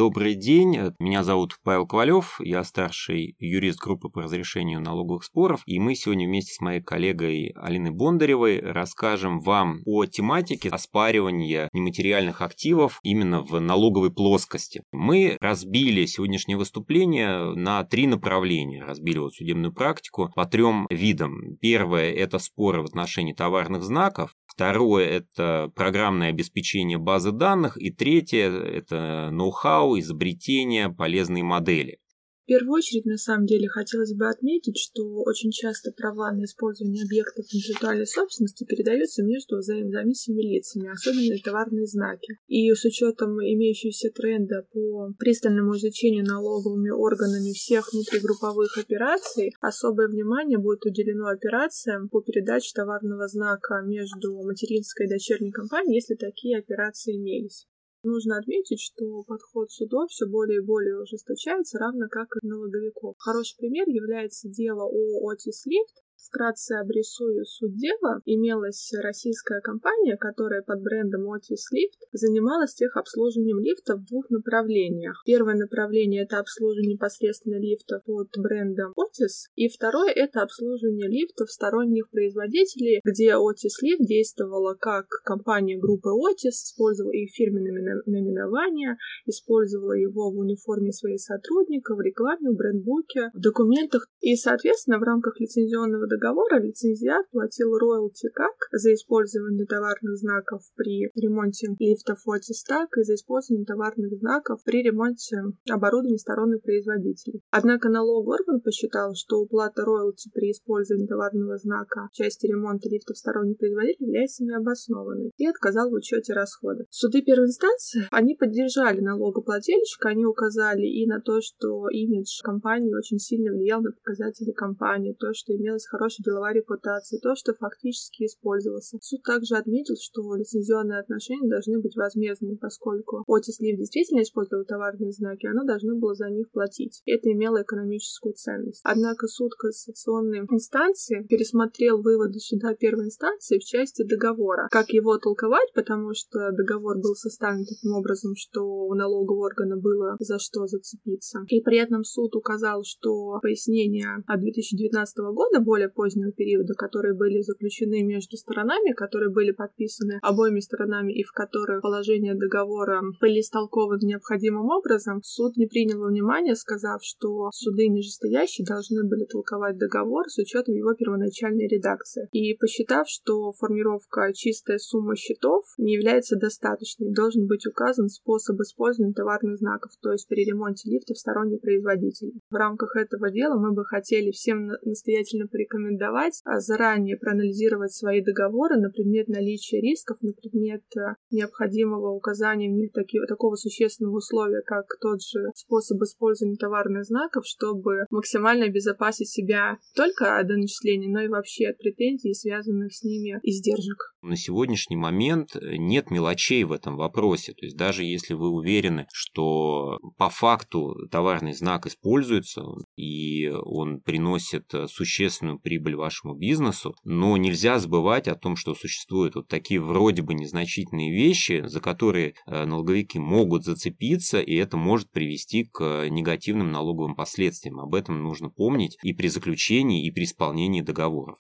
добрый день. Меня зовут Павел Ковалев, я старший юрист группы по разрешению налоговых споров, и мы сегодня вместе с моей коллегой Алиной Бондаревой расскажем вам о тематике оспаривания нематериальных активов именно в налоговой плоскости. Мы разбили сегодняшнее выступление на 3 направления, разбили судебную практику по 3 видам. Первое – это споры в отношении товарных знаков. Второе – это программное обеспечение базы данных. И третье – это ноу-хау, изобретение, полезные модели. В первую очередь, на самом деле, хотелось бы отметить, что очень часто права на использование объектов интеллектуальной собственности передаются между взаимозависимыми лицами, особенно товарные знаки. И с учетом имеющегося тренда по пристальному изучению налоговыми органами всех внутригрупповых операций, особое внимание будет уделено операциям по передаче товарного знака между материнской и дочерней компанией, если такие операции имелись. Нужно отметить, что подход судов все более и более ужесточается, равно как и налоговиков. Хороший пример является дело о Otis Lift. Вкратце обрисую суть дела. Имелась российская компания, которая под брендом Otis Lift занималась техобслуживанием лифта в 2 направлениях. Первое направление – это обслуживание непосредственно лифта под брендом Otis, и второе – это обслуживание лифтов сторонних производителей, где Otis Lift действовала как компания группы Otis, использовала их фирменное наименование, использовала его в униформе своих сотрудников, в рекламе, в брендбуке, в документах. И, соответственно, в рамках лицензионного договора лицензиат платил роялти как за использование товарных знаков при ремонте лифтов Otis, так и за использование товарных знаков при ремонте оборудования сторонних производителей. Однако налоговый орган посчитал, что уплата роялти при использовании товарного знака в части ремонта лифтов сторонних производителей является необоснованной и отказал в учете расходов. Суды первой инстанции, они поддержали налогоплательщика, они указали и на то, что имидж компании очень сильно влиял на показатели компании, то, что имелось хорошая деловая репутация, то, что фактически использовался. Суд также отметил, что лицензионные отношения должны быть возмездными, поскольку Otis Lift действительно использовал товарные знаки, оно должно было за них платить. Это имело экономическую ценность. Однако суд кассационной инстанции пересмотрел выводы суда первой инстанции в части договора. Как его толковать, потому что договор был составлен таким образом, что у налогового органа было за что зацепиться. И при этом суд указал, что пояснения от 2019 года, более позднего периода, которые были заключены между сторонами, которые были подписаны обоими сторонами и в которых положения договора были истолкованы необходимым образом, суд не принял во внимание, сказав, что суды нижестоящие должны были толковать договор с учетом его первоначальной редакции. И посчитав, что формировка «чистая сумма счетов» не является достаточной, должен быть указан способ использования товарных знаков, то есть при ремонте лифтов сторонних производителей. В рамках этого дела мы бы хотели всем настоятельно порекомендовать заранее проанализировать свои договоры на предмет наличия рисков, на предмет необходимого указания в них такого существенного условия, как тот же способ использования товарных знаков, чтобы максимально обезопасить себя не только от доначисления, но и вообще от претензий, связанных с ними, издержек. На сегодняшний момент нет мелочей в этом вопросе. То есть даже если вы уверены, что по факту товарный знак используется и он приносит существенную прибыль вашему бизнесу, но нельзя забывать о том, что существуют вот такие вроде бы незначительные вещи, за которые налоговики могут зацепиться, и это может привести к негативным налоговым последствиям. Об этом нужно помнить и при заключении, и при исполнении договоров.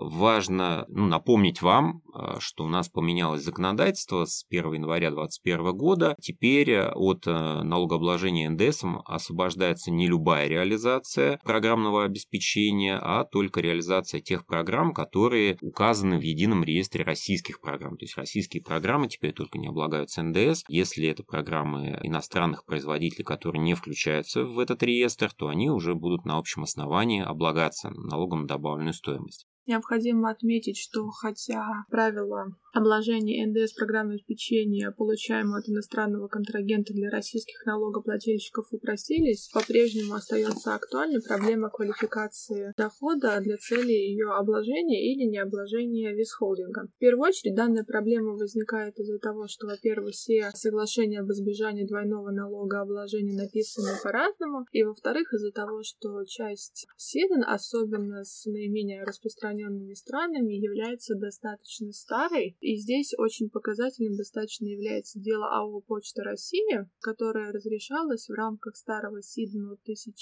Важно напомнить вам, что у нас поменялось законодательство с 1 января 2021 года. Теперь от налогообложения НДС освобождается не любая реализация программного обеспечения, а только реализация тех программ, которые указаны в едином реестре российских программ. То есть российские программы теперь только не облагаются НДС. Если это программы иностранных производителей, которые не включаются в этот реестр, то они уже будут на общем основании облагаться налогом на добавленную стоимость. Необходимо отметить, что хотя правила обложения НДС программного обеспечения, получаемого от иностранного контрагента для российских налогоплательщиков, упростились, по-прежнему остается актуальной проблема квалификации дохода для цели ее обложения или необложения висхолдинга. В первую очередь данная проблема возникает из-за того, что, во-первых, все соглашения об избежании двойного налогообложения написаны по-разному, и, во-вторых, из-за того, что часть СИДН, особенно с наименее распространенными странами, является достаточно старой, И здесь очень показательным достаточно является дело АО «Почта России», которое разрешалось в рамках старого СИДНа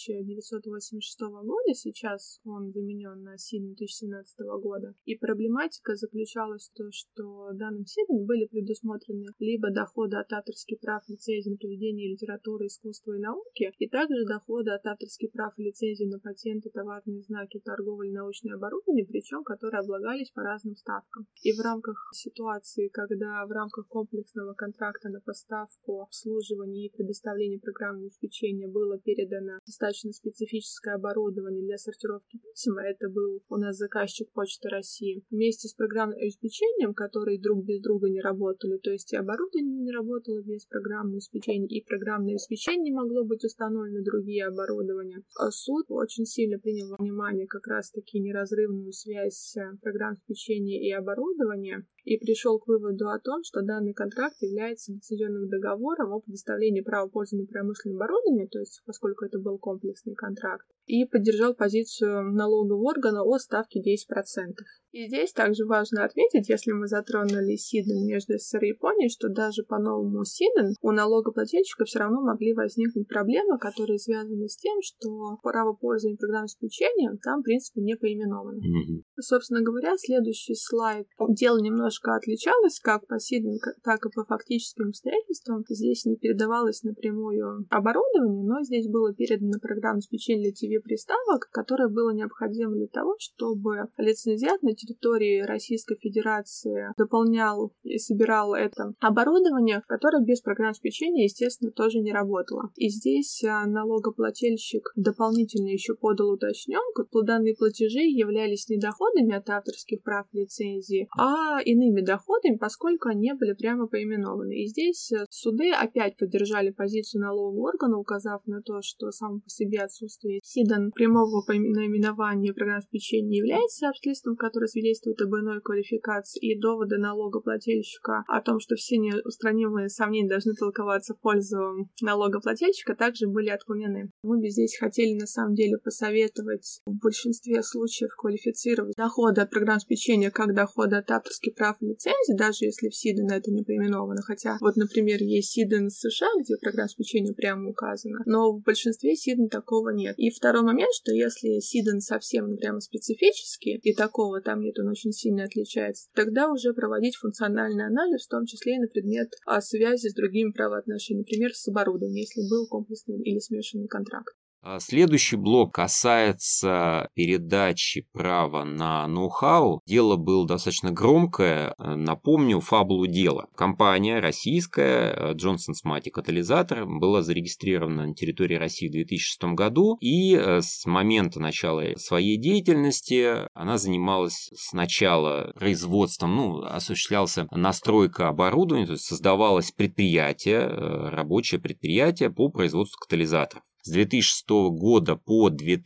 1986 года, сейчас он заменен на СИДН 2017 года. И проблематика заключалась в том, что данным СИДНом были предусмотрены либо доходы от авторских прав лицензий на проведение литературы, искусства и науки, и также доходы от авторских прав и лицензий на патенты, товарные знаки, торговлю и научное оборудование, причем которые облагались по разным ставкам. И в рамках ситуации, когда в рамках комплексного контракта на поставку, обслуживание и предоставление программного обеспечения было передано достаточно специфическое оборудование для сортировки писем, а это был у нас заказчик Почта России, вместе с программным обеспечением, которые друг без друга не работали, то есть и оборудование не работало без программного обеспечения, и программное обеспечение не могло быть установлено другие оборудования. Суд очень сильно принял во внимание как раз-таки неразрывную связь программного обеспечения и оборудования и пришел к выводу о том, что данный контракт является лицензионным договором о предоставлении права пользования промышленным оборудованием, то есть поскольку это был комплексный контракт, и поддержал позицию налогового органа о ставке 10%. И здесь также важно отметить, если мы затронули СИДН между СССР и Японией, что даже по новому СИДН у налогоплательщика все равно могли возникнуть проблемы, которые связаны с тем, что право пользования программным обеспечением там, в принципе, не поименовано. Собственно говоря, следующий слайд. Дело немножко отличалось как по СИДН, так и по фактическим обстоятельствам. Здесь не передавалось напрямую оборудование, но здесь было передано программное обеспечение для ТВ-приставок, которое было необходимо для того, чтобы лицензиат на территории Российской Федерации дополнял и собирал это оборудование, которое без программного обеспечения, естественно, тоже не работало. И здесь налогоплательщик дополнительно еще подал уточненку, что данные платежи являлись не доходами от авторских прав лицензии, а иными доходами, поскольку они не были прямо поименованы. И здесь суды опять поддержали позицию налогового органа, указав на то, что само по себе отсутствие СИДН прямого наименования программного обеспечения не является обстоятельством, которое свидетельствует об иной квалификации, и доводы налогоплательщика о том, что все неустранимые сомнения должны толковаться в пользу налогоплательщика, также были отклонены. Мы бы здесь хотели на самом деле посоветовать в большинстве случаев квалифицировать доходы от программного обеспечения как доходы от авторских прав и лицензий, даже если в СИДН это не поименовано. Хотя, вот, например, есть СИДН США, где программное обеспечение прямо указано, но в большинстве СИДН такого нет. И второй момент, что если СИДН совсем прямо специфический, и такого там нет, он очень сильно отличается, тогда уже проводить функциональный анализ, в том числе и на предмет связи с другими правоотношениями, например, с оборудованием, если был комплексный или смешанный контракт. Следующий блок касается передачи права на ноу-хау. Дело было достаточно громкое. Напомню фабулу дела. Компания российская Johnson Matthey Катализатор была зарегистрирована на территории России в 2006 году. И с момента начала своей деятельности она занималась сначала производством, осуществлялся настройка оборудования, то есть создавалось предприятие, рабочее предприятие по производству катализаторов. С 2006 года по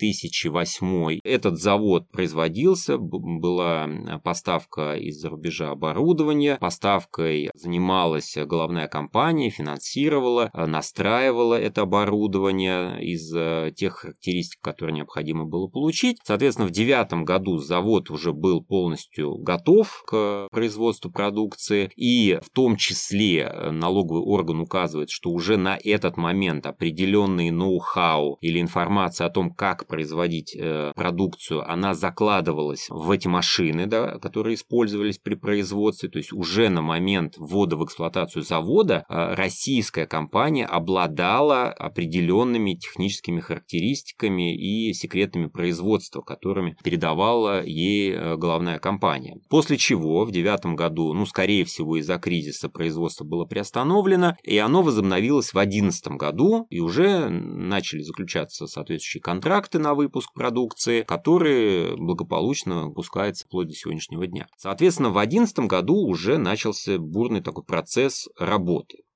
2008 этот завод производился, была поставка из-за рубежа оборудования, поставкой занималась головная компания, финансировала, настраивала это оборудование из тех характеристик, которые необходимо было получить. Соответственно, в 2009 году завод уже был полностью готов к производству продукции, и в том числе налоговый орган указывает, что уже на этот момент определенные ноу-хау или информация о том, как производить продукцию, она закладывалась в эти машины, которые использовались при производстве. То есть уже на момент ввода в эксплуатацию завода российская компания обладала определенными техническими характеристиками и секретами производства, которыми передавала ей головная компания. После чего в 2009 году, скорее всего, из-за кризиса производство было приостановлено, и оно возобновилось в 2011 году, и уже начали заключаться соответствующие контракты на выпуск продукции, которые благополучно выпускаются вплоть до сегодняшнего дня. Соответственно, в 2011 году уже начался бурный такой процесс работы.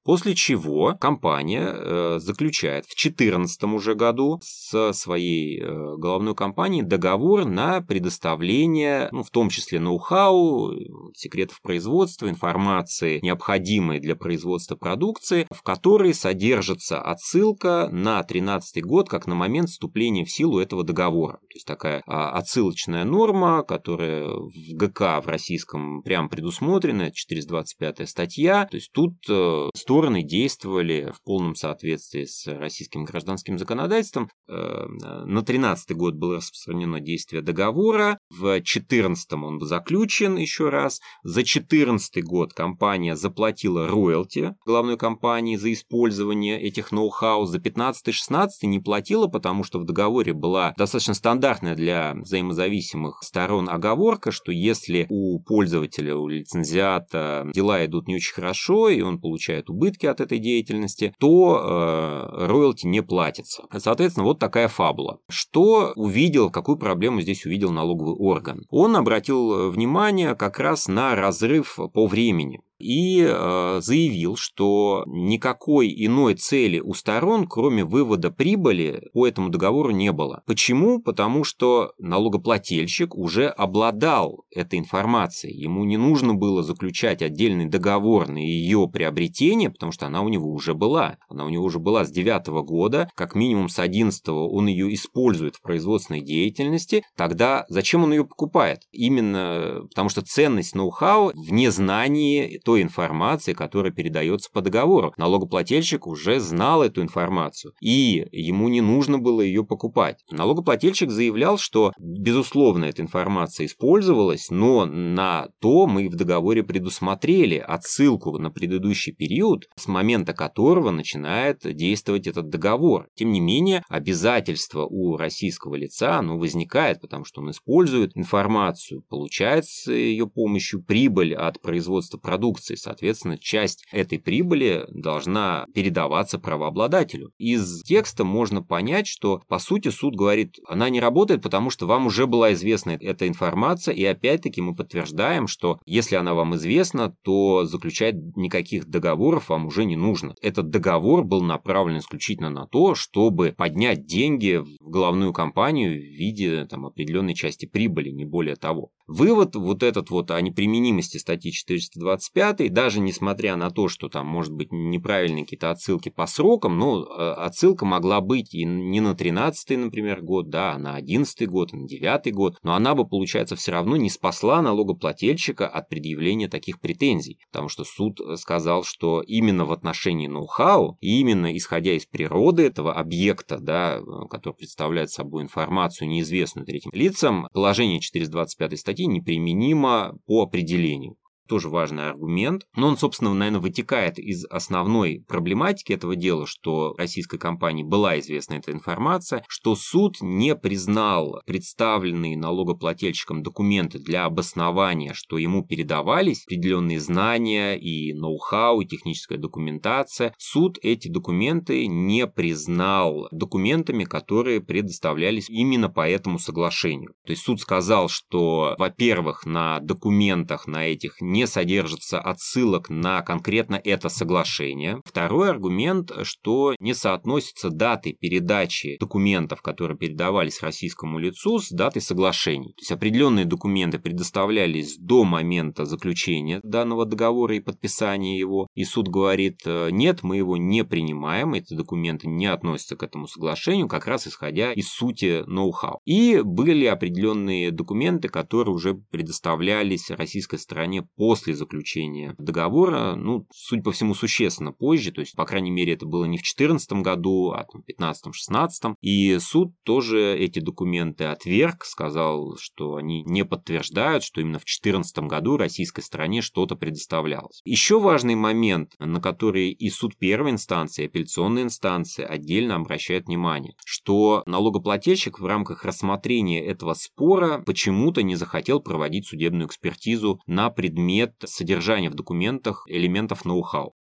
После чего компания заключает в 2014 уже году со своей головной компанией договор на предоставление, в том числе ноу-хау, секретов производства, информации, необходимой для производства продукции, в которой содержится отсылка на 2013 год, как на момент вступления в силу этого договора. То есть такая отсылочная норма, которая в ГК в российском прямо предусмотрена, 425 статья. То есть тут стороны действовали в полном соответствии с российским гражданским законодательством. На 2013 год было распространено действие договора, в 2014 он заключен еще раз. За 2014 год компания заплатила роялти главной компании за использование этих ноу-хау. За 2015-2016 не платила, потому что в договоре была достаточно стандартная для взаимозависимых сторон оговорка, что если у пользователя, у лицензиата дела идут не очень хорошо, и он получает убытки от этой деятельности, то роялти не платится. Соответственно, вот такая фабула. Что увидел, какую проблему здесь увидел налоговый орган? Он обратил внимание как раз на разрыв по времени и заявил, что никакой иной цели у сторон, кроме вывода прибыли, по этому договору не было. Почему? Потому что налогоплательщик уже обладал этой информацией. Ему не нужно было заключать отдельный договор на ее приобретение, потому что она у него уже была. Она у него уже была с 2009 года, как минимум с 2011 он ее использует в производственной деятельности. Тогда зачем он ее покупает? Именно потому что ценность ноу-хау в незнании той информации, которая передается по договору. Налогоплательщик уже знал эту информацию, и ему не нужно было ее покупать. Налогоплательщик заявлял, что, безусловно, эта информация использовалась, но на то мы в договоре предусмотрели отсылку на предыдущий период, с момента которого начинает действовать этот договор. Тем не менее, обязательство у российского лица, оно возникает, потому что он использует информацию, получает с ее помощью прибыль от производства продукции. Соответственно, часть этой прибыли должна передаваться правообладателю. Из текста можно понять, что, по сути, суд говорит, она не работает, потому что вам уже была известна эта информация, и опять-таки мы подтверждаем, что если она вам известна, то заключать никаких договоров вам уже не нужно. Этот договор был направлен исключительно на то, чтобы поднять деньги в головную компанию в виде определенной части прибыли, не более того. Вывод вот этот о неприменимости статьи 425, даже несмотря на то, что там может быть неправильные какие-то отсылки по срокам, но отсылка могла быть и не на 13-й, например, год, а на 11-й год, на 9-й год, но она бы, получается, все равно не спасла налогоплательщика от предъявления таких претензий, потому что суд сказал, что именно в отношении ноу-хау, и именно исходя из природы этого объекта, который представляет собой информацию, неизвестную третьим лицам, положение 425 статьи неприменимо по определению. Тоже важный аргумент, но он, собственно, наверное, вытекает из основной проблематики этого дела, что российской компании была известна эта информация, что суд не признал представленные налогоплательщикам документы для обоснования, что ему передавались определенные знания и ноу-хау, и техническая документация. Суд эти документы не признал документами, которые предоставлялись именно по этому соглашению. То есть суд сказал, что, во-первых, на документах, на этих не содержится отсылок на конкретно это соглашение. Второй аргумент, что не соотносятся даты передачи документов, которые передавались российскому лицу, с датой соглашений. То есть определенные документы предоставлялись до момента заключения данного договора и подписания его, и суд говорит, нет, мы его не принимаем, эти документы не относятся к этому соглашению, как раз исходя из сути ноу-хау. И были определенные документы, которые уже предоставлялись российской стороне после заключения договора, судя по всему, существенно позже, то есть, по крайней мере, это было не в 2014 году, а в 2015-2016, и суд тоже эти документы отверг, сказал, что они не подтверждают, что именно в 2014 году российской стороне что-то предоставлялось. Еще важный момент, на который и суд первой инстанции, и апелляционная инстанция отдельно обращают внимание, что налогоплательщик в рамках рассмотрения этого спора почему-то не захотел проводить судебную экспертизу на предмет содержания в документах элементов ноу-хау.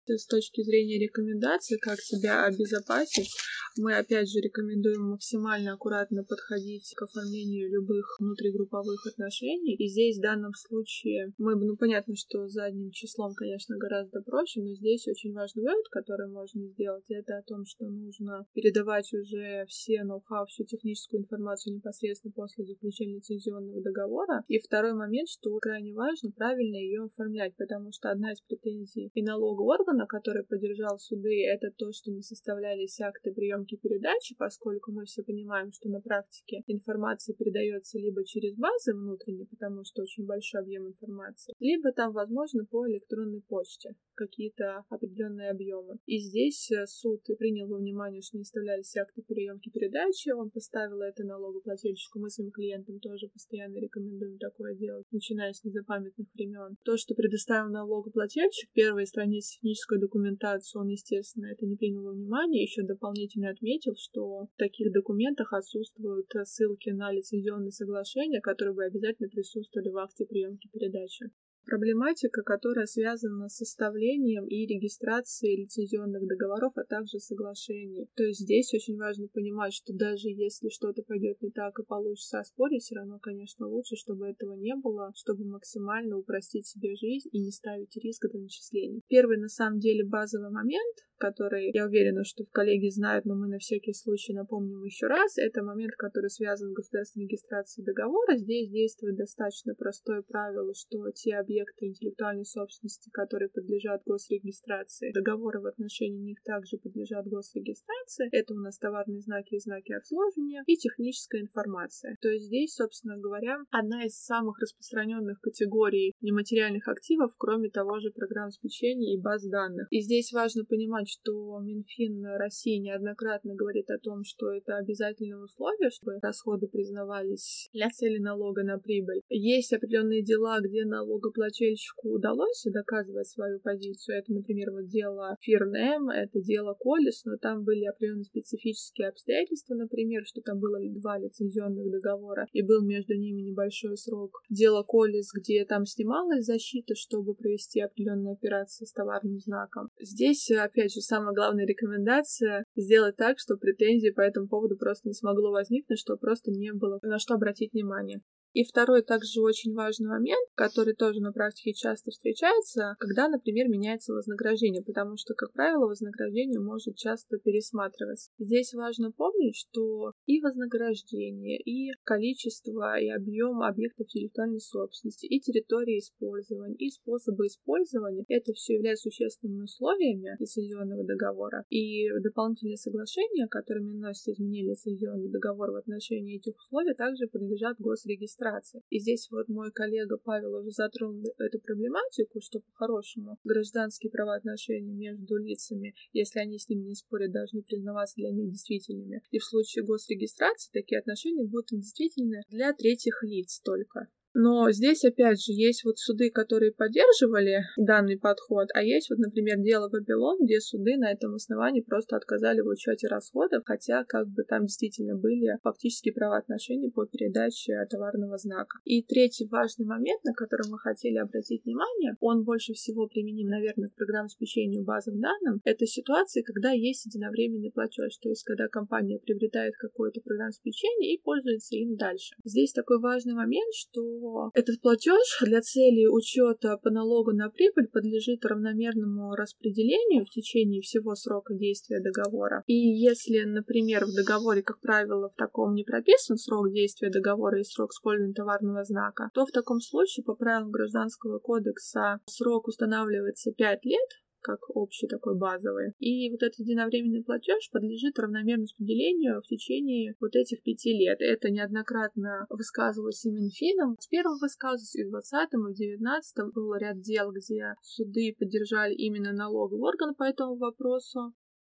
С точки зрения рекомендаций, как себя обезопасить, мы опять же рекомендуем максимально аккуратно подходить к оформлению любых внутригрупповых отношений. И здесь в данном случае понятно, что задним числом, конечно, гораздо проще, но здесь очень важный вывод, который можно сделать, это о том, что нужно передавать уже все ноу-хау, всю техническую информацию непосредственно после заключения лицензионного договора. И второй момент, что крайне важно правильно ее оформлять, потому что одна из претензий и налогового органа, который поддержал суды, это то, что не составлялись акты приемки передачи, поскольку мы все понимаем, что на практике информация передается либо через базы внутренние, потому что очень большой объем информации, либо там, возможно, по электронной почте какие-то определенные объемы. И здесь суд принял во внимание, что не составлялись акты приемки передачи, он поставил это налогоплательщику. Мы своим клиентам тоже постоянно рекомендуем такое делать, начиная с незапамятных времен. То, что предоставил налогоплательщик, первой странице технической документации, он, естественно, это не принял во внимание, еще дополнительно отметил, что в таких документах отсутствуют ссылки на лицензионные соглашения, которые бы обязательно присутствовали в акте приемки передачи. Проблематика, которая связана с составлением и регистрацией лицензионных договоров, а также соглашений. То есть здесь очень важно понимать, что даже если что-то пойдет не так и получится оспорить, все равно, конечно, лучше, чтобы этого не было, чтобы максимально упростить себе жизнь и не ставить риск до начислений. Первый, на самом деле, базовый момент, который, я уверена, что в коллеги знают, но мы на всякий случай напомним еще раз, это момент, который связан с государственной регистрацией договора. Здесь действует достаточно простое правило, что те объекты интеллектуальной собственности, которые подлежат госрегистрации, договоры в отношении них также подлежат госрегистрации. Это у нас товарные знаки и знаки обслуживания и техническая информация. То есть здесь, собственно говоря, одна из самых распространенных категорий нематериальных активов, кроме того же программ обеспечения и баз данных. И здесь важно понимать, что Минфин России неоднократно говорит о том, что это обязательное условие, чтобы расходы признавались для цели налога на прибыль. Есть определенные дела, где налогоплательщику удалось доказывать свою позицию. Это, например, вот дело Фирнем, это дело Колес, но там были определенные специфические обстоятельства, например, что там было 2 лицензионных договора, и был между ними небольшой срок. Дело Колес, где там снималась защита, чтобы провести определенные операции с товарным знаком. Здесь, опять же, самая главная рекомендация — сделать так, чтобы претензий по этому поводу просто не смогло возникнуть, чтобы просто не было на что обратить внимание. И второй также очень важный момент, который тоже на практике часто встречается, когда, например, меняется вознаграждение, потому что, как правило, вознаграждение может часто пересматриваться. Здесь важно помнить, что и вознаграждение, и количество, и объем объектов интеллектуальной собственности, и территории использования, и способы использования — это все является существенными условиями лицензионного договора. И дополнительные соглашения, которыми носятся изменения лицензионного договора в отношении этих условий, также подлежат госрегистрации. И здесь вот мой коллега Павел уже затронул эту проблематику, что по-хорошему гражданские правоотношения между лицами, если они с ними не спорят, должны признаваться для них действительными. И в случае госрегистрации такие отношения будут недействительны для третьих лиц только. Но здесь, опять же, есть вот суды, которые поддерживали данный подход, а есть вот, например, дело Вавилон, где суды на этом основании просто отказали в учете расходов, хотя как бы там действительно были фактические правоотношения по передаче товарного знака. И третий важный момент, на который мы хотели обратить внимание, он больше всего применим, наверное, к программному обеспечению базовым данным, это ситуации, когда есть единовременный платеж, то есть когда компания приобретает какое-то программное обеспечение и пользуется им дальше. Здесь такой важный момент, что этот платеж для целей учета по налогу на прибыль подлежит равномерному распределению в течение всего срока действия договора. И если, например, в договоре, как правило, в таком не прописан срок действия договора и срок использования товарного знака, то в таком случае по правилам Гражданского кодекса срок устанавливается 5 лет, как общий такой базовый. И вот этот единовременный платеж подлежит равномерному распределению в течение вот этих 5 лет. Это неоднократно высказывалось и Минфином. С первым высказывалось и в 2020, и в 2019 был ряд дел, где суды поддержали именно налоговый орган по этому вопросу.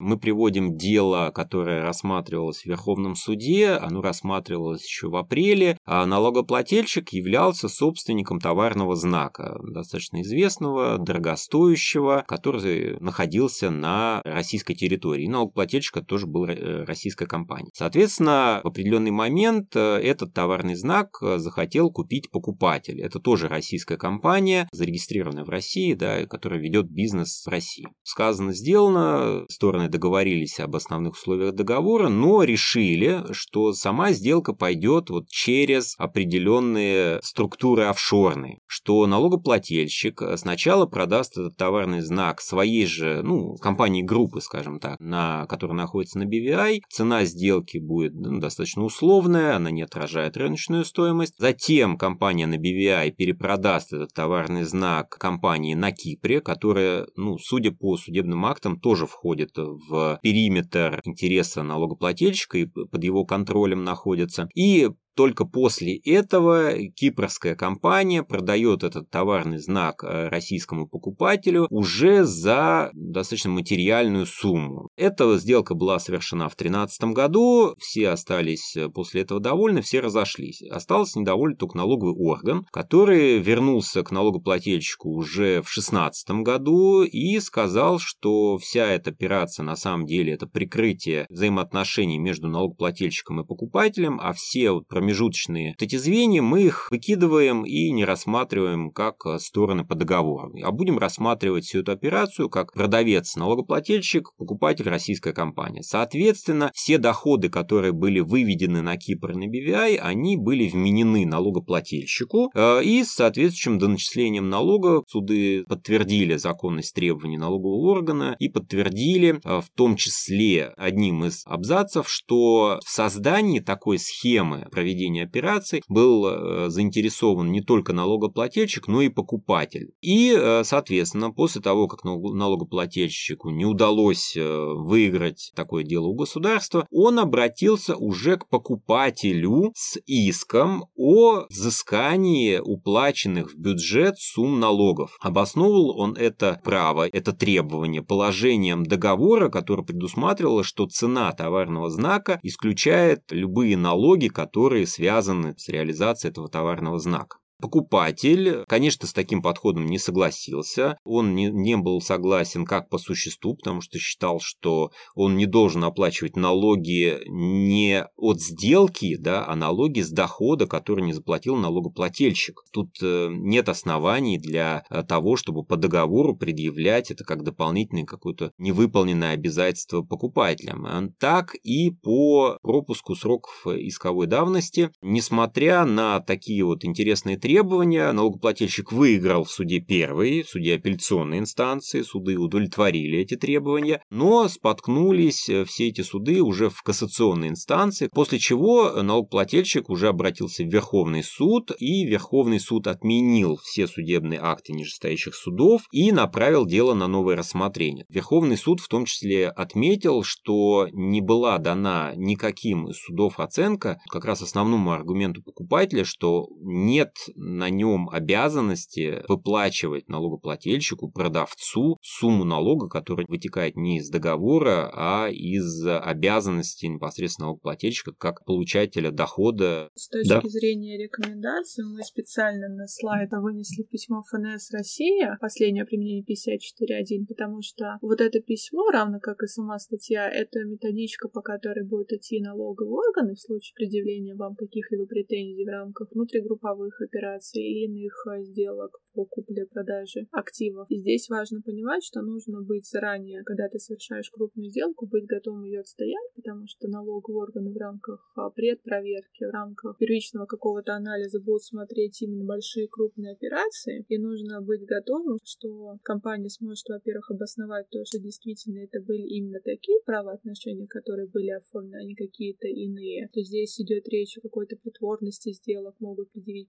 Мы приводим дело, которое рассматривалось в Верховном суде, оно рассматривалось еще в апреле, а налогоплательщик являлся собственником товарного знака, достаточно известного, дорогостоящего, который находился на российской территории. И налогоплательщика тоже была российская компания. Соответственно, в определенный момент этот товарный знак захотел купить покупатель. Это тоже российская компания, зарегистрированная в России, да, которая ведет бизнес в России. Сказано, сделано, стороны договорились об основных условиях договора, но решили, что сама сделка пойдет вот через определенные структуры офшорные, что налогоплательщик сначала продаст этот товарный знак своей же, компании группы, скажем так, которая находится на BVI. Цена сделки будет достаточно условная, она не отражает рыночную стоимость. Затем компания на BVI перепродаст этот товарный знак компании на Кипре, которая, судя по судебным актам, тоже входит в периметр интереса налогоплательщика и под его контролем находится. И только после этого кипрская компания продает этот товарный знак российскому покупателю уже за достаточно материальную сумму. Эта сделка была совершена в 2013 году, все остались после этого довольны, все разошлись. Остался недоволен только налоговый орган, который вернулся к налогоплательщику уже в 2016 году и сказал, что вся эта операция на самом деле это прикрытие взаимоотношений между налогоплательщиком и покупателем, а все промежуточные эти звенья мы их выкидываем и не рассматриваем как стороны по договору, а будем рассматривать всю эту операцию как продавец налогоплательщик, покупатель российская компания. Соответственно, все доходы, которые были выведены на Кипр и на BVI, они были вменены налогоплательщику и с соответствующим доначислением налога суды подтвердили законность требований налогового органа и подтвердили в том числе одним из абзацев, что в создании такой схемы проведения операций был заинтересован не только налогоплательщик, но и покупатель. И, соответственно, после того, как налогоплательщику не удалось выиграть такое дело у государства, он обратился уже к покупателю с иском о взыскании уплаченных в бюджет сумм налогов. Обосновывал он это право, это требование положением договора, которое предусматривало, что цена товарного знака исключает любые налоги, которые связаны с реализацией этого товарного знака. Покупатель, конечно, с таким подходом не согласился. Он не был согласен как по существу, потому что считал, что он не должен оплачивать налоги не от сделки, а налоги с дохода, который не заплатил налогоплательщик. Тут нет оснований для того, чтобы по договору предъявлять это как дополнительное какое-то невыполненное обязательство покупателям. Так и по пропуску сроков исковой давности, несмотря на такие вот интересные требования, налогоплательщик выиграл в суде первой, в суде апелляционной инстанции, суды удовлетворили эти требования, но споткнулись все эти суды уже в кассационной инстанции, после чего налогоплательщик уже обратился в Верховный суд, и Верховный суд отменил все судебные акты нижестоящих судов и направил дело на новое рассмотрение. Верховный суд в том числе отметил, что не была дана никаким из судов оценка как раз основному аргументу покупателя, что нет на нем обязанности выплачивать налогоплательщику, продавцу сумму налога, которая вытекает не из договора, а из обязанности непосредственно налогоплательщика как получателя дохода. С точки зрения рекомендаций мы специально на слайд вынесли письмо ФНС Россия, последнее применение 54.1, потому что вот это письмо, равно как и сама статья, это методичка, по которой будут идти налоговые органы в случае предъявления вам каких-либо претензий в рамках внутригрупповых операций или иных сделок по купле-продаже активов. И здесь важно понимать, что нужно быть заранее, когда ты совершаешь крупную сделку, быть готовым ее отстоять, потому что налоговые органы в рамках предпроверки, в рамках первичного какого-то анализа будут смотреть именно большие крупные операции, и нужно быть готовым, что компания сможет, во-первых, обосновать то, что действительно это были именно такие правоотношения, которые были оформлены, а не какие-то иные. То здесь идет речь о какой-то притворности сделок, могут предъявить претензии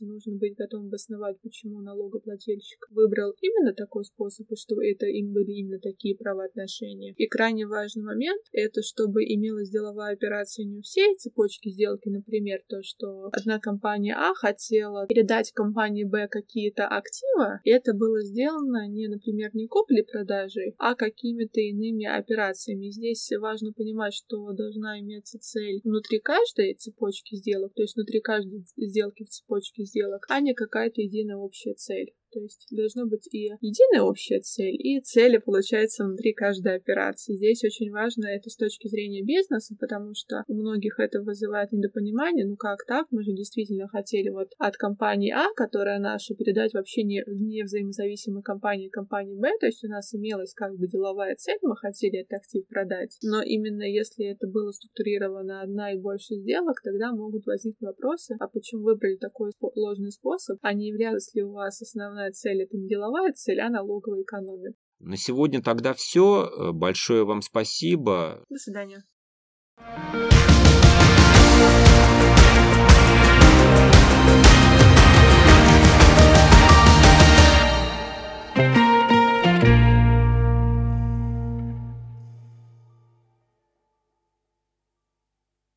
нужно быть готовым обосновать, почему налогоплательщик выбрал именно такой способ, и что это им были именно такие правоотношения. И крайне важный момент — это чтобы имелась деловая операция не у всей цепочки сделки, например, то, что одна компания А хотела передать компании Б какие-то активы, и это было сделано не, например, не куплей-продажей, а какими-то иными операциями. Здесь важно понимать, что должна иметься цель внутри каждой цепочки сделок, то есть внутри каждой сделки в цепочке сделок, а не какая-то единая общая цель. То есть должна быть и единая общая цель, и цели, получается, внутри каждой операции. Здесь очень важно это с точки зрения бизнеса, потому что у многих это вызывает недопонимание. Ну как так? Мы же действительно хотели вот от компании А, которая наша, передать вообще не взаимозависимой компании Б, то есть у нас имелась как бы деловая цель, мы хотели этот актив продать. Но именно если это было структурировано одна и больше сделок, тогда могут возникнуть вопросы, а почему выбрали такой ложный способ, а не являлась ли у вас основная цель — это не деловая цель, а налоговая экономия. На сегодня тогда все. Большое вам спасибо. До свидания.